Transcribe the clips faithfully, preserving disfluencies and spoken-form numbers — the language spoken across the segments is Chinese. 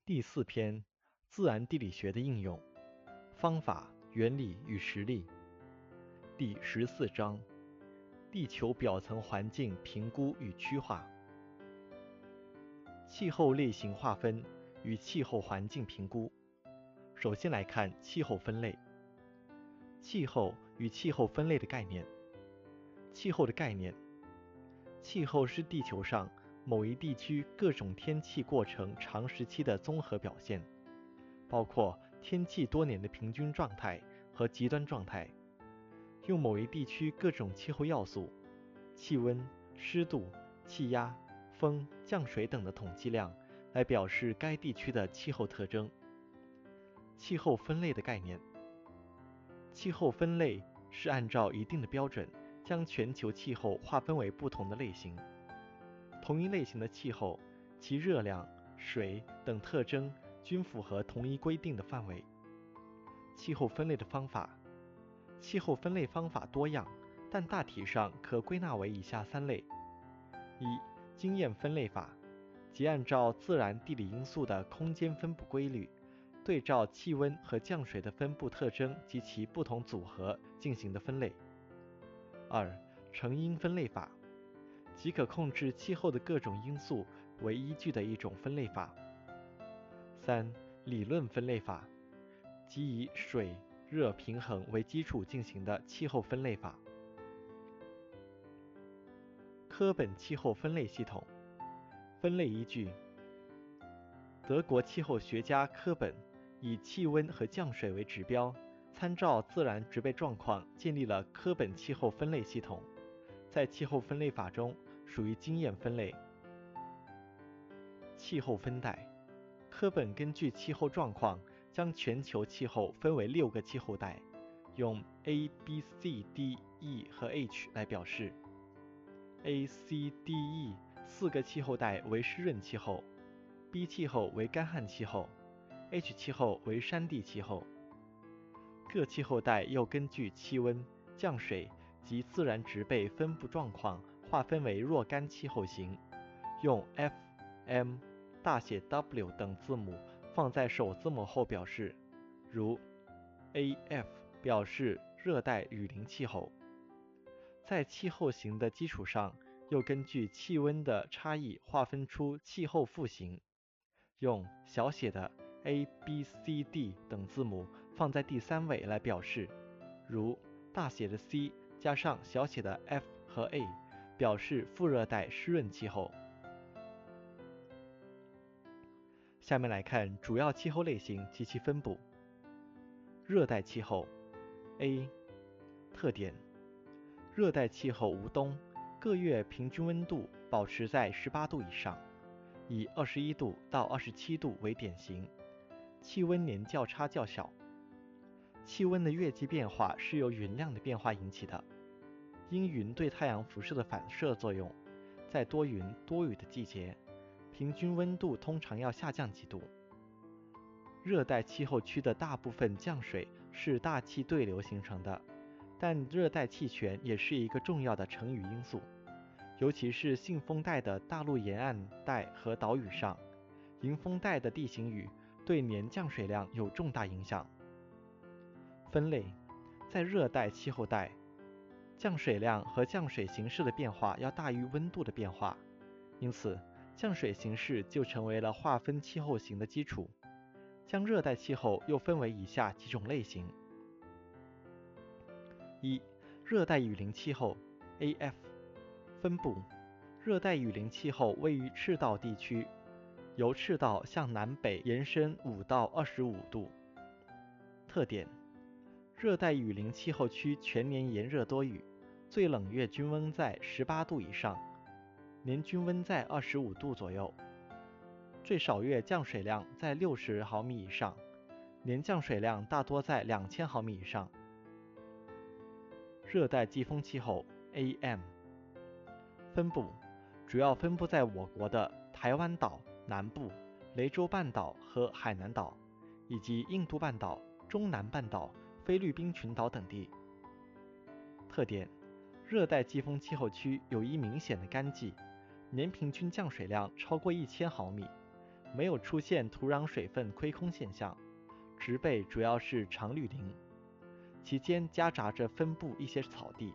第四篇，自然地理学的应用、方法、原理与实例。第十四章，地球表层环境评估与区划。气候类型划分与气候环境评估。首先来看气候分类。气候与气候分类的概念。气候的概念。气候是地球上某一地区各种天气过程长时期的综合表现，包括天气多年的平均状态和极端状态。用某一地区各种气候要素，气温、湿度、气压、风、降水等的统计量来表示该地区的气候特征。气候分类的概念。气候分类是按照一定的标准将全球气候划分为不同的类型。同一类型的气候，其热量、水等特征均符合同一规定的范围。气候分类的方法。气候分类方法多样，但大体上可归纳为以下三类：一、经验分类法，即按照自然地理因素的空间分布规律，对照气温和降水的分布特征及其不同组合进行的分类。二、成因分类法，即可控制气候的各种因素为依据的一种分类法。三、理论分类法，即以水、热平衡为基础进行的气候分类法。科本气候分类系统。分类依据。德国气候学家科本以气温和降水为指标，参照自然植被状况建立了科本气候分类系统，在气候分类法中属于经验分类。气候分带。科本根据气候状况将全球气候分为六个气候带，用 A、B、C、D、E 和 H 来表示。A、C、D、E 四个气候带为湿润气候， B 气候为干旱气候， H 气候为山地气候。各气候带又根据气温、降水及自然植被分布状况划分为若干气候型，用 F、M、大写 W 等字母放在首字母后表示，如 A F 表示热带雨林气候。在气候型的基础上，又根据气温的差异划分出气候副型，用小写的 A、B、C、D 等字母放在第三位来表示，如大写的 C 加上小写的 F 和 A 表示副热带湿润气候。下面来看主要气候类型及其分布。热带气候 A 特点。热带气候无冬，各月平均温度保持在十八度以上，以二十一度到二十七度为典型，气温年较差较小。气温的月季变化是由云量的变化引起的，因云对太阳辐射的反射作用，在多云多雨的季节，平均温度通常要下降几度。热带气候区的大部分降水是大气对流形成的，但热带气旋也是一个重要的成雨因素，尤其是信风带的大陆沿岸带和岛屿上，迎风带的地形雨对年降水量有重大影响。分类。在热带气候带，降水量和降水形式的变化要大于温度的变化，因此降水形式就成为了划分气候型的基础。将热带气候又分为以下几种类型。一、热带雨林气候 A F 分布。热带雨林气候位于赤道地区，由赤道向南北延伸五到二十五度。特点。热带雨林气候区全年炎热多雨，最冷月均温在十八度以上，年均温在二十五度左右，最少月降水量在六十毫米以上，年降水量大多在两千毫米以上。热带季风气候 A M 分布。主要分布在我国的台湾岛南部、雷州半岛和海南岛，以及印度半岛、中南半岛、菲律宾群岛等地。特点。热带季风气候区有一明显的干季，年平均降水量超过一千毫米， 没有出现土壤水分亏空现象，植被主要是常绿林，其间夹杂着分布一些草地。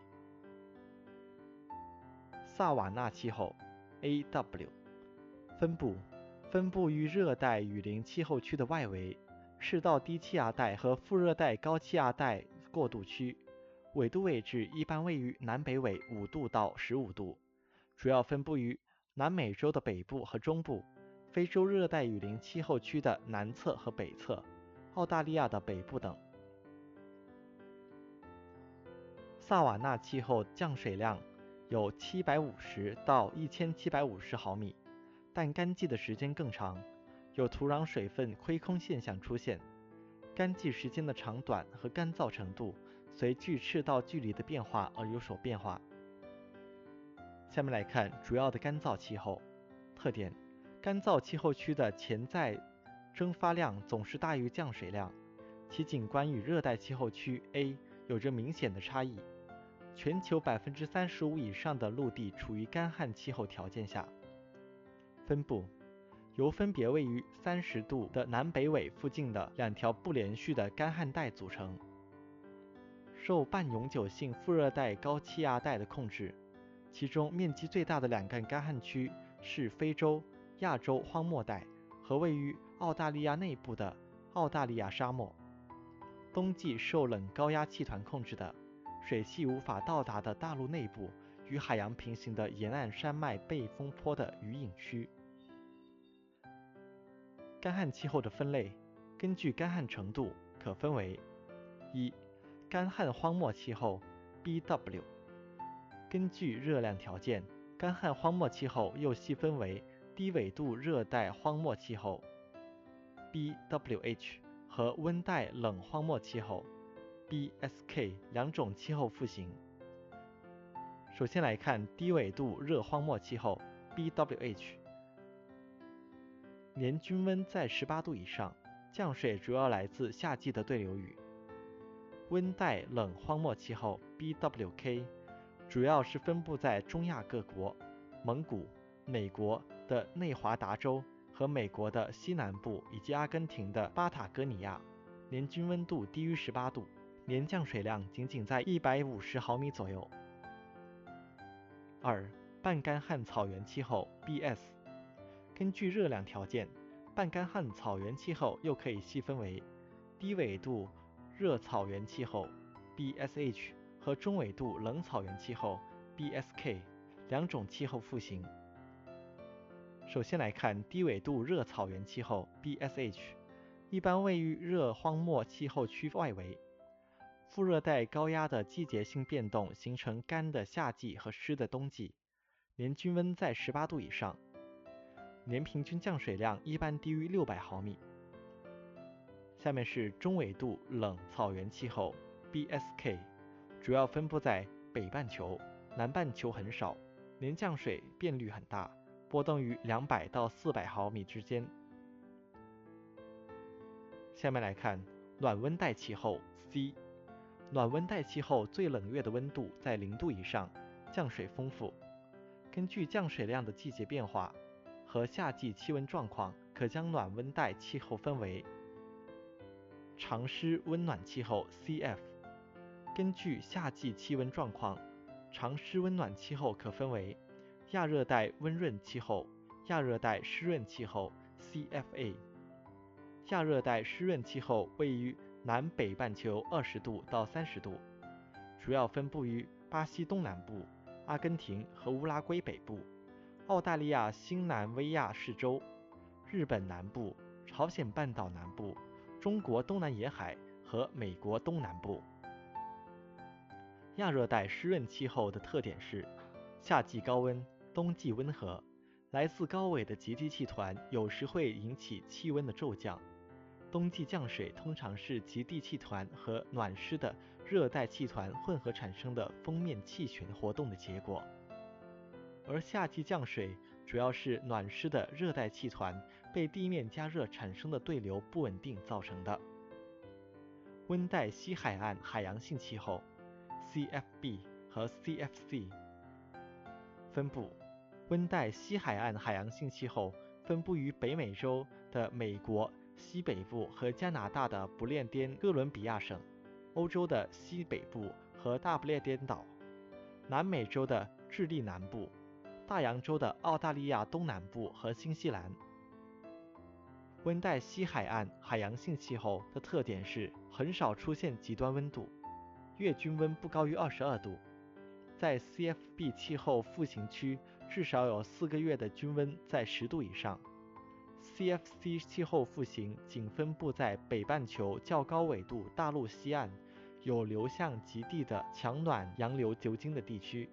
萨瓦纳气候 A W 分布分布于热带雨林气候区的外围，赤道低气压带和副热带高气压带过渡区，纬度位置一般位于南北纬五度到十五度，主要分布于南美洲的北部和中部，非洲热带雨林气候区的南侧和北侧，澳大利亚的北部等。萨瓦纳气候降水量有七百五十到一千七百五十毫米，但干季的时间更长，有土壤水分亏空现象出现。干季时间的长短和干燥程度随距赤道距离的变化而有所变化。下面来看主要的干燥气候特点。干燥气候区的潜在蒸发量总是大于降水量，其景观与热带气候区 A 有着明显的差异。全球 百分之三十五 以上的陆地处于干旱气候条件下。分布由分别位于三十度的南北纬附近的两条不连续的干旱带组成，受半永久性副热带高气压带的控制，其中面积最大的两个干旱区是非洲、亚洲荒漠带和位于澳大利亚内部的澳大利亚沙漠。冬季受冷高压气团控制的水汽无法到达的大陆内部与海洋平行的沿岸山脉背风坡的雨隐区。干旱气候的分类，根据干旱程度可分为：一、干旱荒漠气候 B W。 根据热量条件，干旱荒漠气候又细分为低纬度热带荒漠气候 B W H 和温带冷荒漠气候 B S K 两种气候复型。首先来看低纬度热荒漠气候 B W H， 年均温在十八度以上，降水主要来自夏季的对流雨。温带冷荒漠气候 B W K 主要是分布在中亚各国、蒙古、美国的内华达州和美国的西南部以及阿根廷的巴塔哥尼亚，年均温度低于十八度，年降水量仅仅在一百五十毫米左右。二、半干旱草原气候 B S。 根据热量条件，半干旱草原气候又可以细分为低纬度热草原气候 B S H 和中纬度冷草原气候 B S K 两种气候复型。首先来看低纬度热草原气候 B S H， 一般位于热荒漠气候区外围。副热带高压的季节性变动形成干的夏季和湿的冬季，年均温在十八度以上，年平均降水量一般低于六百毫米。下面是中纬度冷草原气候 B S K， 主要分布在北半球，南半球很少，年降水变率很大，波动于两百到四百毫米之间。下面来看暖温带气候 C。 暖温带气候最冷月的温度在零度以上，降水丰富。根据降水量的季节变化和夏季气温状况，可将暖温带气候分为长湿温暖气候 C F。 根据夏季气温状况，长湿温暖气候可分为亚热带温润气候、亚热带湿润气候 C F A。 亚热带湿润气候位于南北半球二十度到三十度，主要分布于巴西东南部、阿根廷和乌拉圭北部、澳大利亚新南威亚士州、日本南部、朝鲜半岛南部、中国东南沿海和美国东南部。亚热带湿润气候的特点是夏季高温，冬季温和，来自高纬的极地气团有时会引起气温的骤降。冬季降水通常是极地气团和暖湿的热带气团混合产生的锋面气旋活动的结果，而夏季降水主要是暖湿的热带气团被地面加热产生的对流不稳定造成的。温带西海岸海洋性气候 C F B 和 C F C 分布。温带西海岸海洋性气候分布于北美洲的美国西北部和加拿大的不列颠哥伦比亚省，欧洲的西北部和大不列颠岛，南美洲的智利南部，大洋洲的澳大利亚东南部和新西兰。温带西海岸海洋性气候的特点是很少出现极端温度，月均温不高于二十二度。在 C F B 气候复形区，至少有四个月的均温在十度以上。C F C 气候复形仅分布在北半球较高纬度大陆西岸，有流向极地的强暖洋流流经的地区。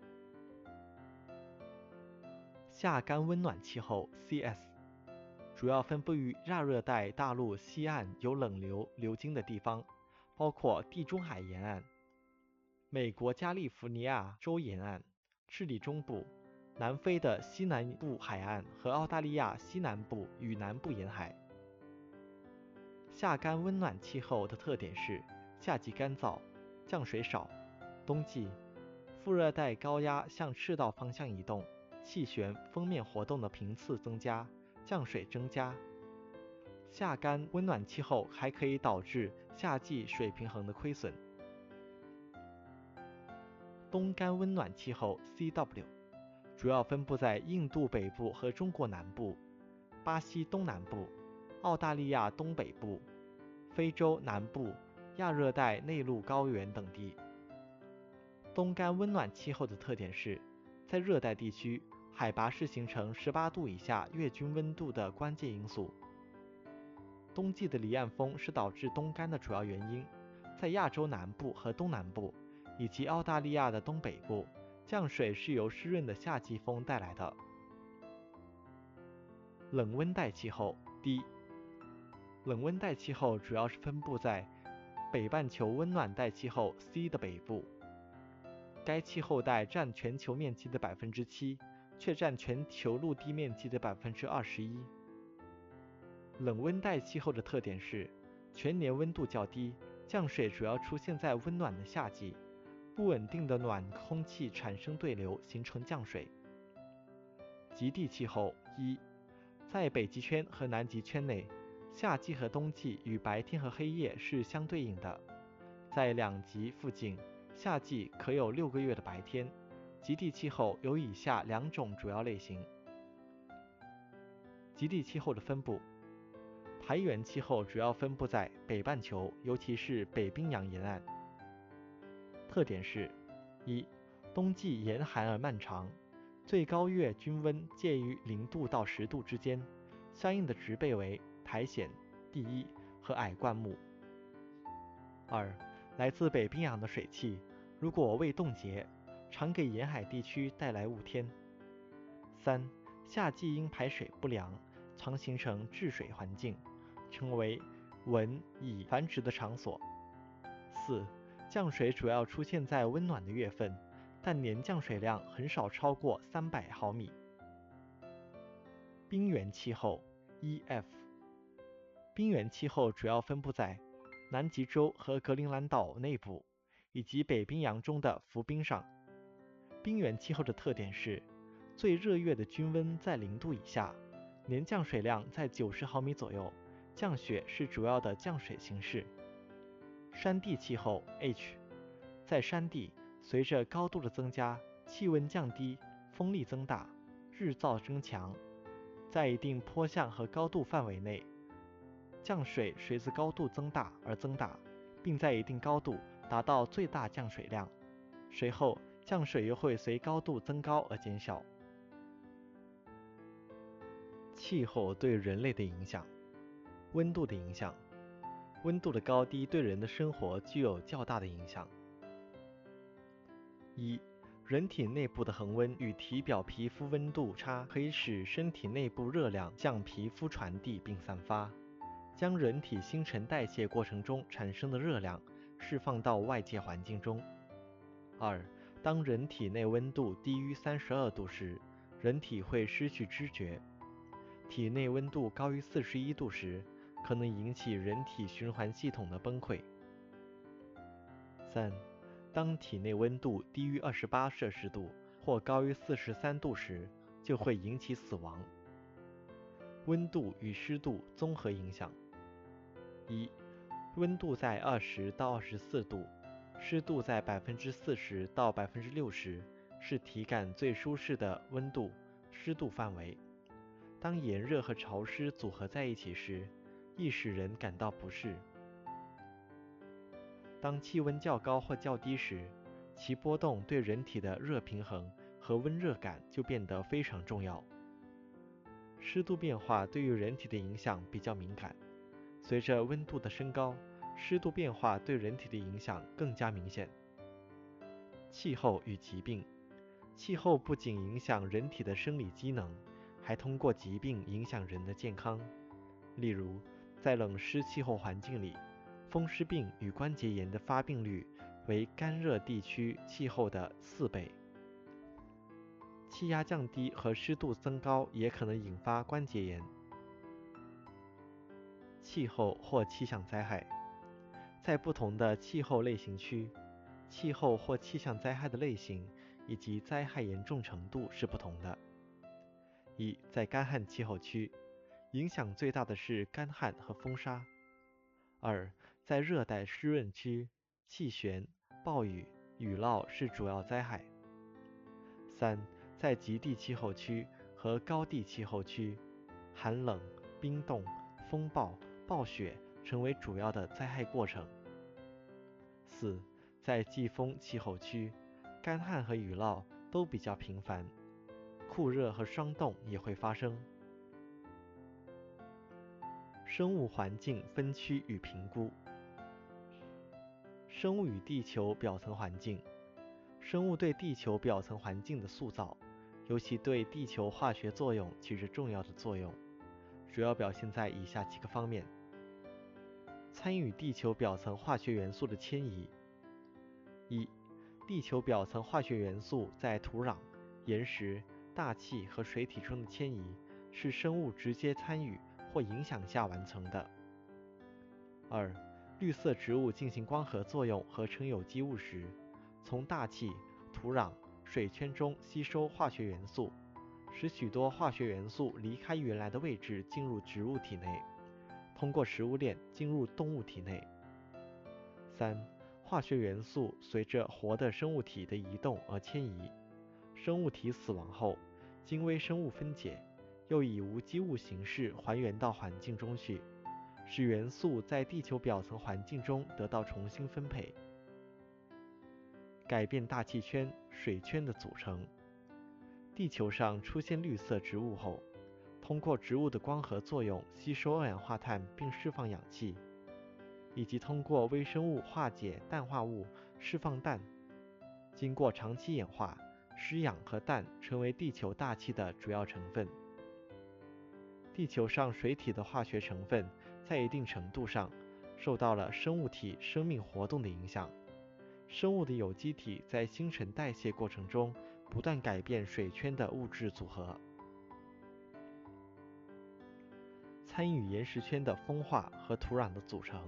夏干温暖气候 C S 主要分布于亚热带大陆西岸有冷流流经的地方，包括地中海沿岸、美国加利福尼亚州沿岸、智利中部、南非的西南部海岸和澳大利亚西南部与南部沿海。夏干温暖气候的特点是夏季干燥，降水少；冬季副热带高压向赤道方向移动，气旋锋面活动的频次增加，降水增加。夏干温暖气候还可以导致夏季水平衡的亏损。冬干温暖气候 C W 主要分布在印度北部和中国南部、巴西东南部、澳大利亚东北部、非洲南部、亚热带内陆高原等地。冬干温暖气候的特点是，在热带地区，海拔是形成十八度以下月均温度的关键因素。冬季的离岸风是导致冬干的主要原因。在亚洲南部和东南部，以及澳大利亚的东北部，降水是由湿润的夏季风带来的。冷温带气候 D 冷温带气候主要是分布在北半球温暖带气候 C 的北部，该气候带占全球面积的 百分之七， 却占全球陆地面积的 百分之二十一。冷温带气候的特点是全年温度较低，降水主要出现在温暖的夏季，不稳定的暖空气产生对流，形成降水。极地气候一，在北极圈和南极圈内，夏季和冬季与白天和黑夜是相对应的。在两极附近，夏季可有六个月的白天。极地气候有以下两种主要类型。极地气候的分布，台原气候主要分布在北半球，尤其是北冰洋沿岸。特点是：一、冬季严寒而漫长，最高月均温介于零度到十度之间，相应的植被为苔藓、地衣和矮灌木。二、来自北冰洋的水汽，如果未冻结，常给沿海地区带来雾天。三、夏季因排水不良，常形成治水环境，成为蚊蚁繁殖的场所。四、降水主要出现在温暖的月份，但年降水量很少超过三百毫米。冰原气候 E F 冰原气候主要分布在南极洲和格陵兰岛内部，以及北冰洋中的浮冰上。冰原气候的特点是，最热月的均温在零度以下，年降水量在九十毫米左右，降雪是主要的降水形式。山地气候 H 在山地，随着高度的增加，气温降低，风力增大，日照增强。在一定坡向和高度范围内，降水随着高度增大而增大，并在一定高度达到最大降水量，随后降水又会随高度增高而减小。气候对人类的影响。温度的影响。温度的高低对人的生活具有较大的影响。一、人体内部的恒温与体表皮肤温度差可以使身体内部热量向皮肤传递并散发，将人体新陈代谢过程中产生的热量释放到外界环境中。二、当人体内温度低于三十二度时，人体会失去知觉；体内温度高于四十一度时，可能引起人体循环系统的崩溃。三、当体内温度低于二十八摄氏度或高于四十三度时，就会引起死亡。 温度与湿度综合影响。一、温度在二十到二十四度，湿度在百分之四十到百分之六十，是体感最舒适的温度、湿度范围。当炎热和潮湿组合在一起时，易使人感到不适。当气温较高或较低时，其波动对人体的热平衡和温热感就变得非常重要。湿度变化对于人体的影响比较敏感，随着温度的升高，湿度变化对人体的影响更加明显。气候与疾病，气候不仅影响人体的生理机能，还通过疾病影响人的健康。例如，在冷湿气候环境里，风湿病与关节炎的发病率为干热地区气候的四倍。气压降低和湿度增高也可能引发关节炎。气候或气象灾害，在不同的气候类型区，气候或气象灾害的类型以及灾害严重程度是不同的。一、在干旱气候区，影响最大的是干旱和风沙。二、在热带湿润区，气旋、暴雨、雨涝是主要灾害。三、在极地气候区和高地气候区，寒冷、冰冻、风暴、暴雪成为主要的灾害过程。四、在季风气候区，干旱和雨涝都比较频繁，酷热和霜冻也会发生。生物环境分区与评估。生物与地球表层环境。生物对地球表层环境的塑造，尤其对地球化学作用起着重要的作用，主要表现在以下几个方面：参与地球表层化学元素的迁移。一、地球表层化学元素在土壤、岩石、大气和水体中的迁移，是生物直接参与或影响下完成的。二、绿色植物进行光合作用合成有机物时，从大气、土壤、水圈中吸收化学元素，使许多化学元素离开原来的位置进入植物体内，通过食物链进入动物体内。三、化学元素随着活的生物体的移动而迁移，生物体死亡后，经微生物分解，又以无机物形式还原到环境中去，使元素在地球表层环境中得到重新分配。改变大气圈、水圈的组成。地球上出现绿色植物后，通过植物的光合作用吸收二氧化碳并释放氧气，以及通过微生物化解氮化物释放氮，经过长期演化，使氧和氮成为地球大气的主要成分。地球上水体的化学成分在一定程度上受到了生物体生命活动的影响。生物的有机体在新陈代谢过程中不断改变水圈的物质组合。参与岩石圈的风化和土壤的组成。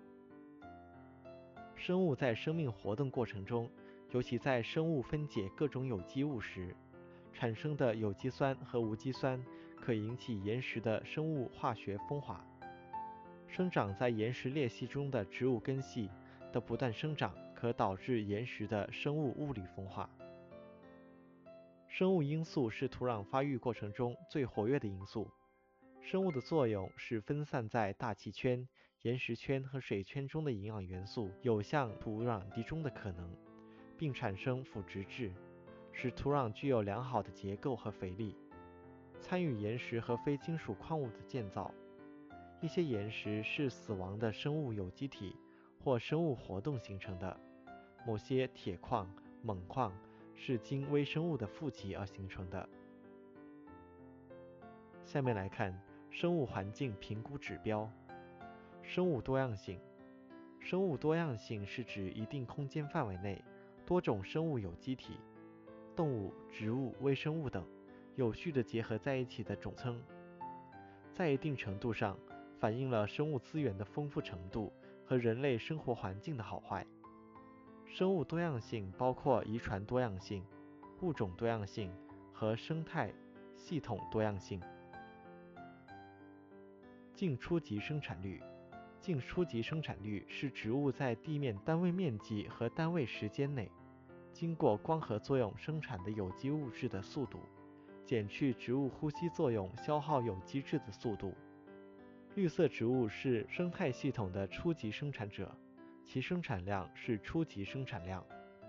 生物在生命活动过程中，尤其在生物分解各种有机物时，产生的有机酸和无机酸可引起岩石的生物化学风化。生长在岩石裂隙中的植物根系的不断生长，可导致岩石的生物物理风化。生物因素是土壤发育过程中最活跃的因素。生物的作用是分散在大气圈、岩石圈和水圈中的营养元素有向土壤集中的可能，并产生腐殖质，使土壤具有良好的结构和肥力。参与岩石和非金属矿物的建造。一些岩石是死亡的生物有机体或生物活动形成的，某些铁矿、锰矿是经微生物的富集而形成的。下面来看生物环境评估指标。生物多样性。生物多样性是指一定空间范围内多种生物有机体、动物、植物、微生物等有序地结合在一起的总称，在一定程度上反映了生物资源的丰富程度和人类生活环境的好坏。生物多样性包括遗传多样性、物种多样性和生态系统多样性。 净初级生产率。净初级生产率是植物在地面单位面积和单位时间内，经过光合作用生产的有机物质的速度，减去植物呼吸作用消耗有机质的速度。绿色植物是生态系统的初级生产者，其生产量是初级生产量。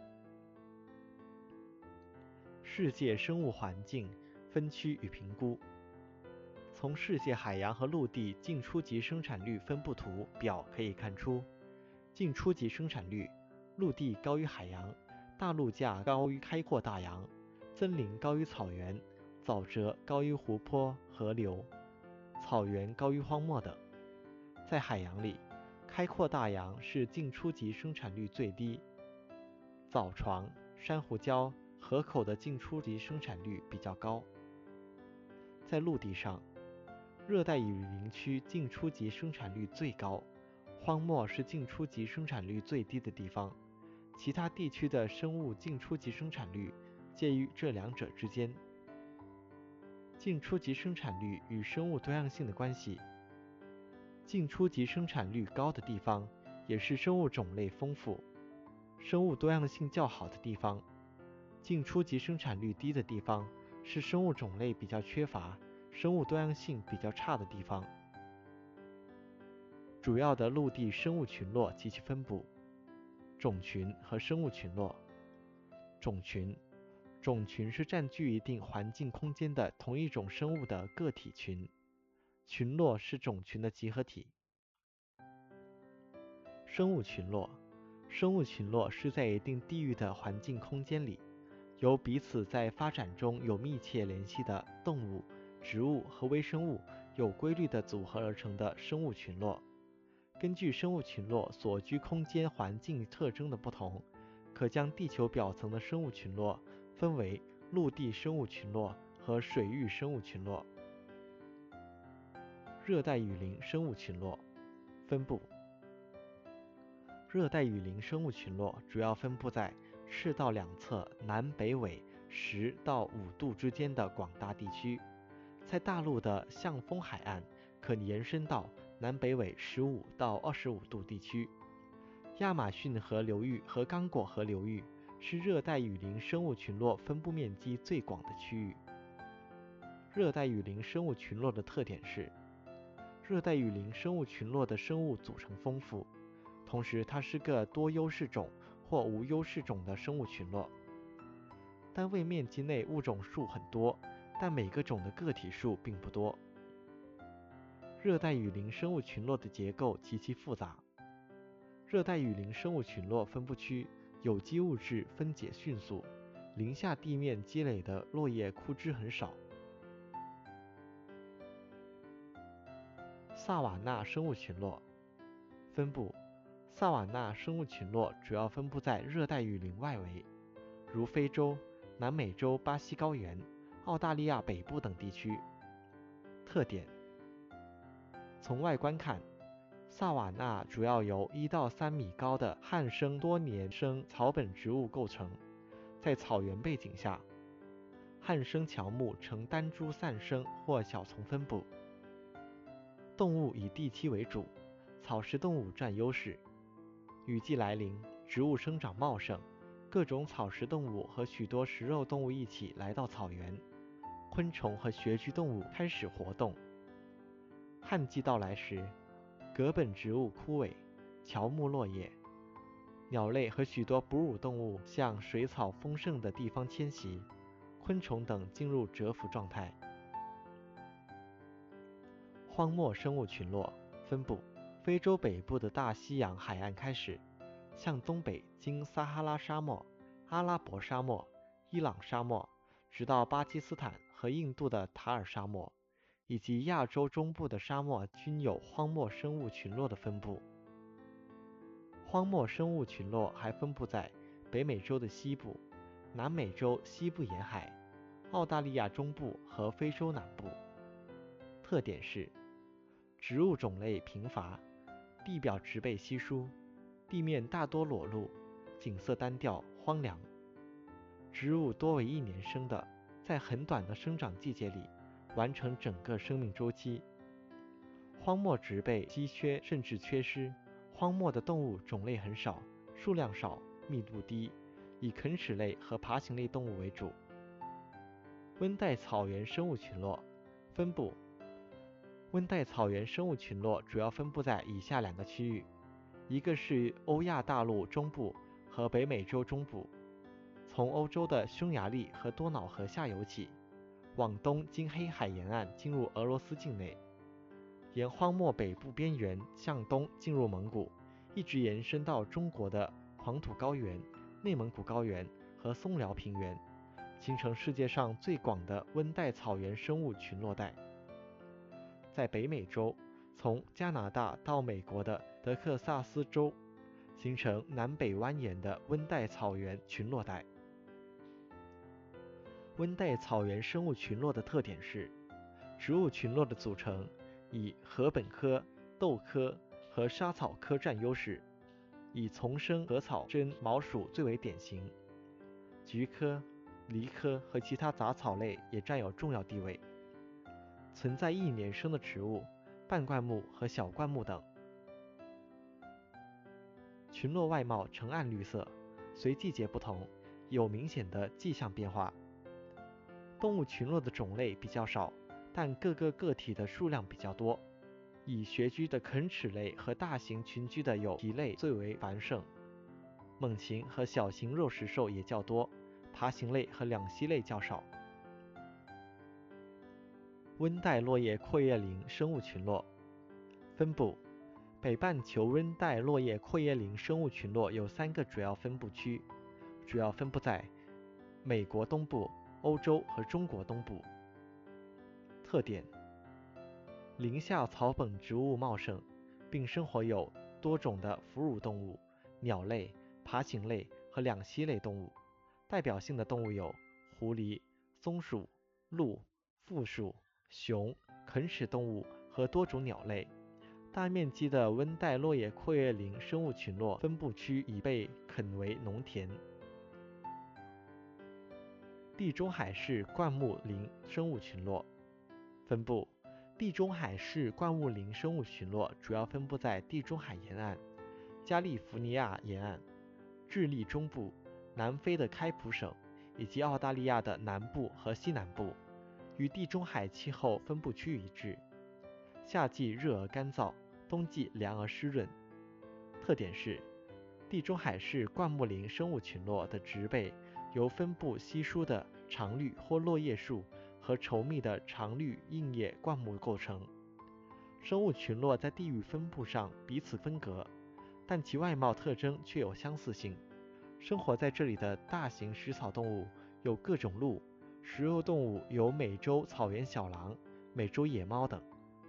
世界生物环境分区与评估。从世界海洋和陆地净初级生产率分布图表可以看出，净初级生产率，陆地高于海洋，大陆架高于开阔大洋，森林高于草原，沼泽高于湖泊、河流，草原高于荒漠等。在海洋里，开阔大洋是净初级生产率最低，藻床、珊瑚礁、河口的净初级生产率比较高。在陆地上，热带雨林区净初级生产率最高，荒漠是净初级生产率最低的地方，其他地区的生物净初级生产率介于这两者之间。净初级生产率与生物多样性的关系。净初级生产率高的地方，也是生物种类丰富、生物多样性较好的地方；净初级生产率低的地方，是生物种类比较缺乏、生物多样性比较差的地方。主要的陆地生物群落及其分布。种群和生物群落。种群，种群是占据一定环境空间的同一种生物的个体群，群落是种群的集合体。生物群落，生物群落是在一定地域的环境空间里，由彼此在发展中有密切联系的动物、植物和微生物有规律的组合而成的生物群落。根据生物群落所居空间环境特征的不同，可将地球表层的生物群落分为陆地生物群落和水域生物群落。热带雨林生物群落分布。热带雨林生物群落主要分布在赤道两侧南北纬十到五度之间的广大地区，在大陆的向风海岸可延伸到南北纬十五到二十五度地区。亚马逊河流域和刚果河流域是热带雨林生物群落分布面积最广的区域。热带雨林生物群落的特点是，热带雨林生物群落的生物组成丰富，同时它是个多优势种或无优势种的生物群落。单位面积内物种数很多，但每个种的个体数并不多。热带雨林生物群落的结构极其复杂。热带雨林生物群落分布区有机物质分解迅速，林下地面积累的落叶枯枝很少。萨瓦纳生物群落分布。萨瓦纳生物群落主要分布在热带雨林外围，如非洲、南美洲巴西高原、澳大利亚北部等地区。特点：从外观看，萨瓦纳主要由一到三米高的旱生多年生草本植物构成，在草原背景下，旱生乔木呈单株散生或小丛分布。动物以地栖为主，草食动物占优势。雨季来临，植物生长茂盛，各种草食动物和许多食肉动物一起来到草原，昆虫和穴居动物开始活动。旱季到来时，葛本植物枯萎，乔木落叶，鸟类和许多哺乳动物向水草丰盛的地方迁徙，昆虫等进入蛰伏状态。荒漠生物群落分布。非洲北部的大西洋海岸开始，向东北经撒哈拉沙漠、阿拉伯沙漠、伊朗沙漠，直到巴基斯坦和印度的塔尔沙漠，以及亚洲中部的沙漠均有荒漠生物群落的分布。荒漠生物群落还分布在北美洲的西部、南美洲西部沿海、澳大利亚中部和非洲南部。特点是，植物种类贫乏，地表植被稀疏，地面大多裸露，景色单调荒凉。植物多为一年生的，在很短的生长季节里完成整个生命周期。 荒漠植被稀缺甚至缺失，荒漠的动物种类很少，数量少，密度低，以啃齿类和爬行类动物为主。温带草原生物群落分布。温带草原生物群落主要分布在以下两个区域，一个是欧亚大陆中部和北美洲中部，从欧洲的匈牙利和多瑙河下游起，往东经黑海沿岸进入俄罗斯境内，沿荒漠北部边缘向东进入蒙古，一直延伸到中国的黄土高原、内蒙古高原和松辽平原，形成世界上最广的温带草原生物群落带。在北美洲，从加拿大到美国的德克萨斯州，形成南北蜿蜒的温带草原群落带。温带草原生物群落的特点是，植物群落的组成以禾本科、豆科和莎草科占优势，以丛生禾草真毛属最为典型，菊科、梨科和其他杂草类也占有重要地位。存在一年生的植物、半灌木和小灌木等。群落外貌呈暗绿色，随季节不同，有明显的迹象变化。动物群落的种类比较少，但各个个体的数量比较多。以穴居的啃齿类和大型群居的有蹄类最为繁盛，猛禽和小型肉食兽也较多，爬行类和两栖类较少。温带落叶阔叶林生物群落分布。北半球温带落叶阔叶林生物群落有三个主要分布区，主要分布在美国东部、欧洲和中国东部。特点：林下草本植物茂盛，并生活有多种的哺乳动物、鸟类、爬行类和两栖类动物。代表性的动物有狐狸、松鼠、鹿、负鼠、熊、啃齿动物和多种鸟类。大面积的温带落叶阔叶林生物群落分布区已被垦为农田。地中海式灌木林生物群落分布。地中海式灌木林生物群落主要分布在地中海沿岸、加利福尼亚沿岸、智利中部、南非的开普省以及澳大利亚的南部和西南部，与地中海气候分布区一致。夏季热而干燥，冬季凉而湿润。特点是，地中海式灌木林生物群落的植被由分布稀疏的常绿或落叶树和稠密的常绿硬叶灌木构成。生物群落在地域分布上彼此分隔，但其外貌特征却有相似性。生活在这里的大型食草动物有各种鹿，食肉动物有美洲草原小狼、美洲野猫等。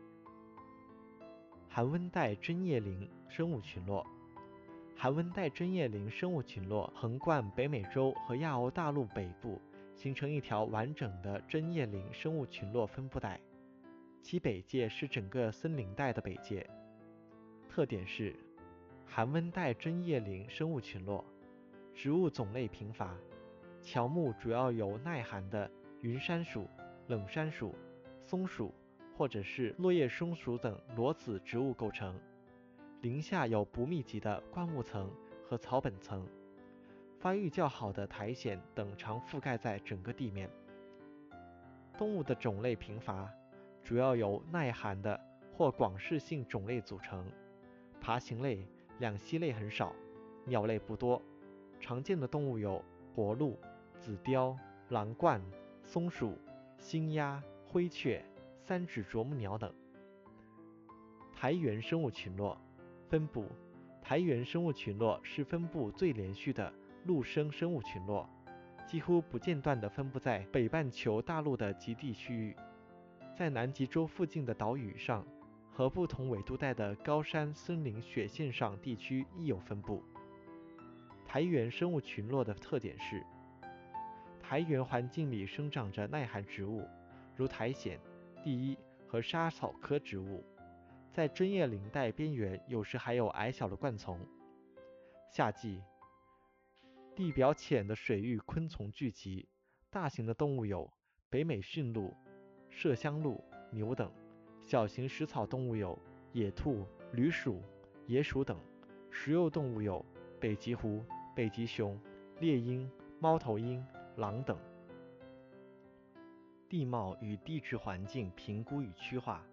寒温带针叶林生物群落。寒温带针叶林生物群落横贯北美洲和亚欧大陆北部，形成一条完整的针叶林生物群落分布带，其北界是整个森林带的北界。特点是，寒温带针叶林生物群落植物种类贫乏，乔木主要由耐寒的云杉属、冷杉属、松鼠或者是落叶松鼠等裸子植物构成。林下有不密集的灌木层和草本层，发育较好的苔藓等常覆盖在整个地面。动物的种类贫乏，主要由耐寒的或广适性种类组成，爬行类、两栖类很少，鸟类不多。常见的动物有活鹿、紫貂、狼鹳、松鼠、新鸭、灰雀、三指啄木鸟等。苔原生物群落分布。苔原生物群落是分布最连续的陆生生物群落，几乎不间断地分布在北半球大陆的极地区域，在南极洲附近的岛屿上和不同纬度带的高山森林雪线上地区亦有分布。苔原生物群落的特点是，苔原环境里生长着耐寒植物，如苔藓、地衣和莎草科植物。在针叶林带边缘有时还有矮小的灌丛。夏季，地表浅的水域昆虫聚集，大型的动物有北美驯鹿、麝香鹿、牛等， 小型食草动物有野兔、旅鼠、野鼠等；食肉动物有北极狐、北极熊、猎鹰、猫头鹰、狼等。地貌与地质环境评估与区划。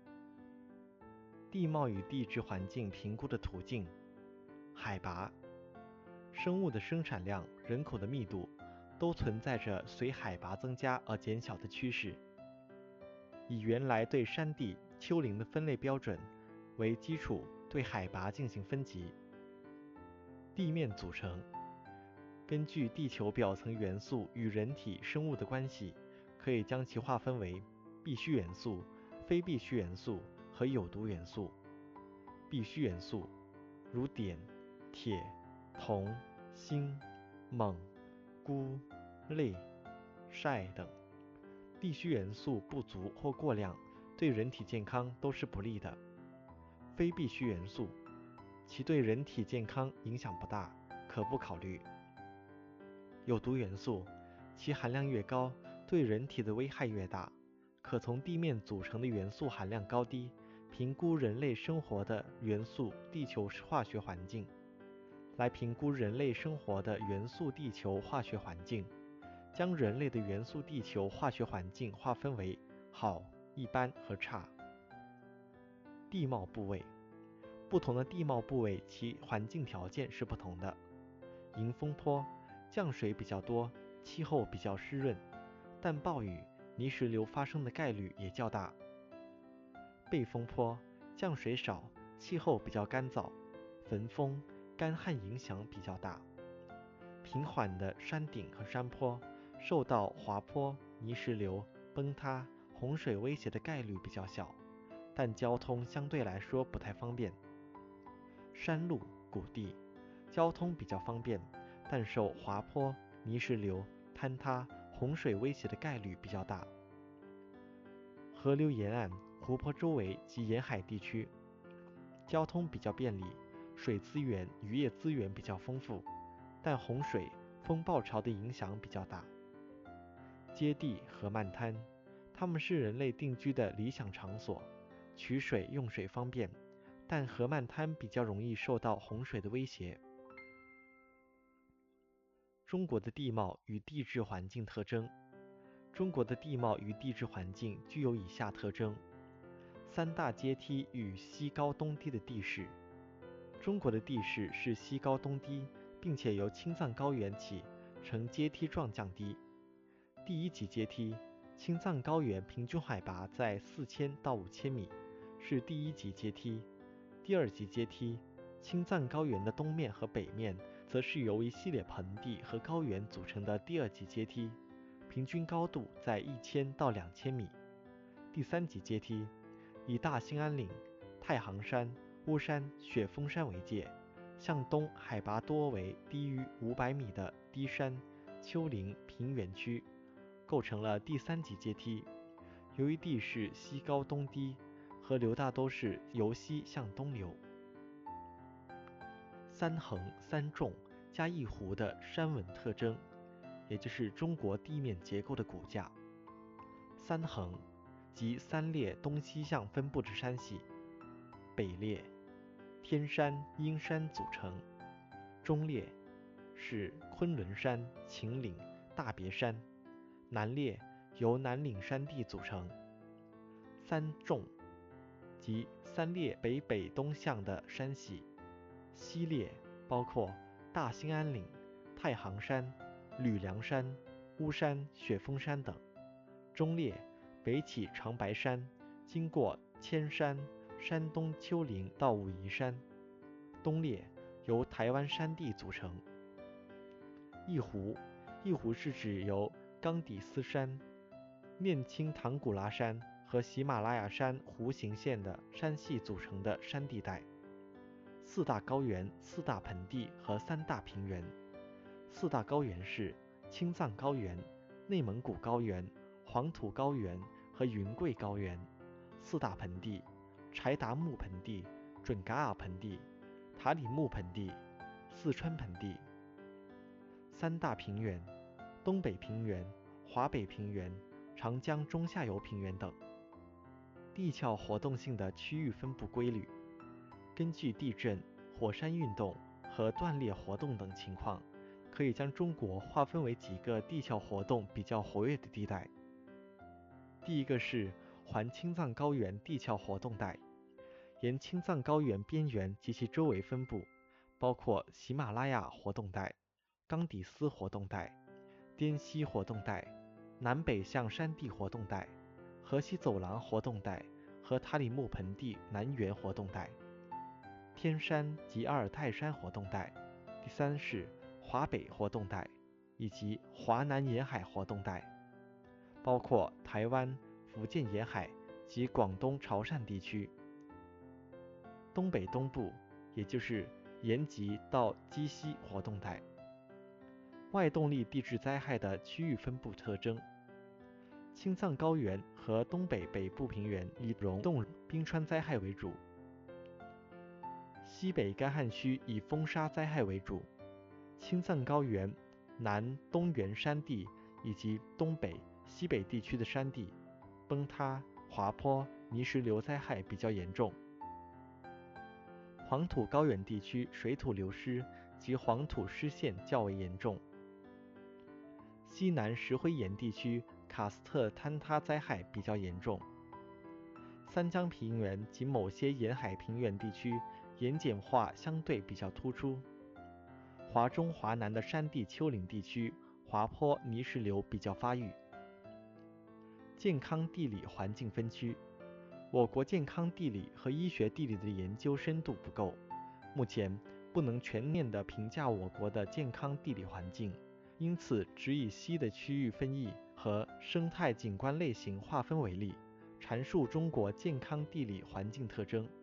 地貌与地质环境评估的途径：海拔。生物的生产量、人口的密度都存在着随海拔增加而减小的趋势。以原来对山地、丘陵的分类标准为基础，对海拔进行分级。地面组成。根据地球表层元素与人体生物的关系，可以将其划分为必需元素、非必需元素和有毒元素。必需元素如碘、铁、铜、锌、锰、钴、镭、晒等。必需元素不足或过量，对人体健康都是不利的。非必需元素，其对人体健康影响不大，可不考虑。有毒元素，其含量越高，对人体的危害越大，可从地面组成的元素含量高低，评估人类生活的元素地球化学环境。来评估人类生活的元素地球化学环境，将人类的元素地球化学环境划分为好、一般和差。地貌部位，不同的地貌部位其环境条件是不同的。迎风坡降水比较多，气候比较湿润，但暴雨、泥石流发生的概率也较大。背风坡降水少，气候比较干燥，焚风、干旱影响比较大。平缓的山顶和山坡受到滑坡、泥石流、崩塌、洪水威胁的概率比较小，但交通相对来说不太方便。山路、谷地交通比较方便，但受滑坡、泥石流、坍塌、洪水威胁的概率比较大。河流沿岸、湖泊周围及沿海地区交通比较便利，水资源、渔业资源比较丰富，但洪水、风暴潮的影响比较大。阶地和漫滩，它们是人类定居的理想场所，取水用水方便，但河漫滩比较容易受到洪水的威胁。中国的地貌与地质环境特征。中国的地貌与地质环境具有以下特征：三大阶梯与西高东低的地势。中国的地势是西高东低，并且由青藏高原起呈阶梯状降低。第一级阶梯，青藏高原平均海拔在四千到五千米，是第一级阶梯。第二级阶梯，青藏高原的东面和北面则是由一系列盆地和高原组成的第二级阶梯，平均高度在一千到两千米。第三级阶梯，以大兴安岭、太行山、巫山、雪峰山为界，向东海拔多为低于五百米的低山、丘陵、平原区，构成了第三级阶梯。由于地势西高东低，河流大都是由西向东流。三横三纵加一湖的山纹特征，也就是中国地面结构的骨架。三横即三列东西向分布之山系，北列天山、阴山组成，中列是昆仑山、秦岭、大别山，南列由南岭山地组成。三纵即三列北北东向的山系，西列包括大兴安岭、太行山、吕梁山、巫山、雪峰山等。中列北起长白山，经过千山、山东丘陵到武夷山。东列由台湾山地组成。一湖，一湖是指由冈底斯山、念青唐古拉山和喜马拉雅山弧形线的山系组成的山地带。四大高原、四大盆地和三大平原。四大高原是青藏高原、内蒙古高原、黄土高原和云贵高原。四大盆地：柴达木盆地、准噶尔盆地、塔里木盆地、四川盆地。三大平原：东北平原、华北平原、长江中下游平原等。 地壳活动性的区域分布规律。根据地震、火山运动和断裂活动等情况，可以将中国划分为几个地壳活动比较活跃的地带。第一个是环青藏高原地壳活动带，沿青藏高原边缘及其周围分布，包括喜马拉雅活动带、冈底斯活动带、滇西活动带、南北向山地活动带、河西走廊活动带和塔里木盆地南缘活动带、天山及阿尔泰山活动带。第三是华北活动带以及华南沿海活动带，包括台湾、福建沿海及广东潮汕地区。东北东部，也就是延吉到鸡西活动带。外动力地质灾害的区域分布特征：青藏高原和东北北部平原以溶冻冰川灾害为主，西北干旱区以风沙灾害为主，青藏高原南东缘山地以及东北、西北地区的山地崩塌、滑坡、泥石流灾害比较严重。黄土高原地区水土流失及黄土失陷较为严重。西南石灰岩地区喀斯特坍塌灾害比较严重。三江平原及某些沿海平原地区盐碱化相对比较突出。华中华南的山地丘陵地区滑坡泥石流比较发育。健康地理环境分区，我国健康地理和医学地理的研究深度不够，目前不能全面地评价我国的健康地理环境，因此只以西的区域分异和生态景观类型划分为例，阐述中国健康地理环境特征。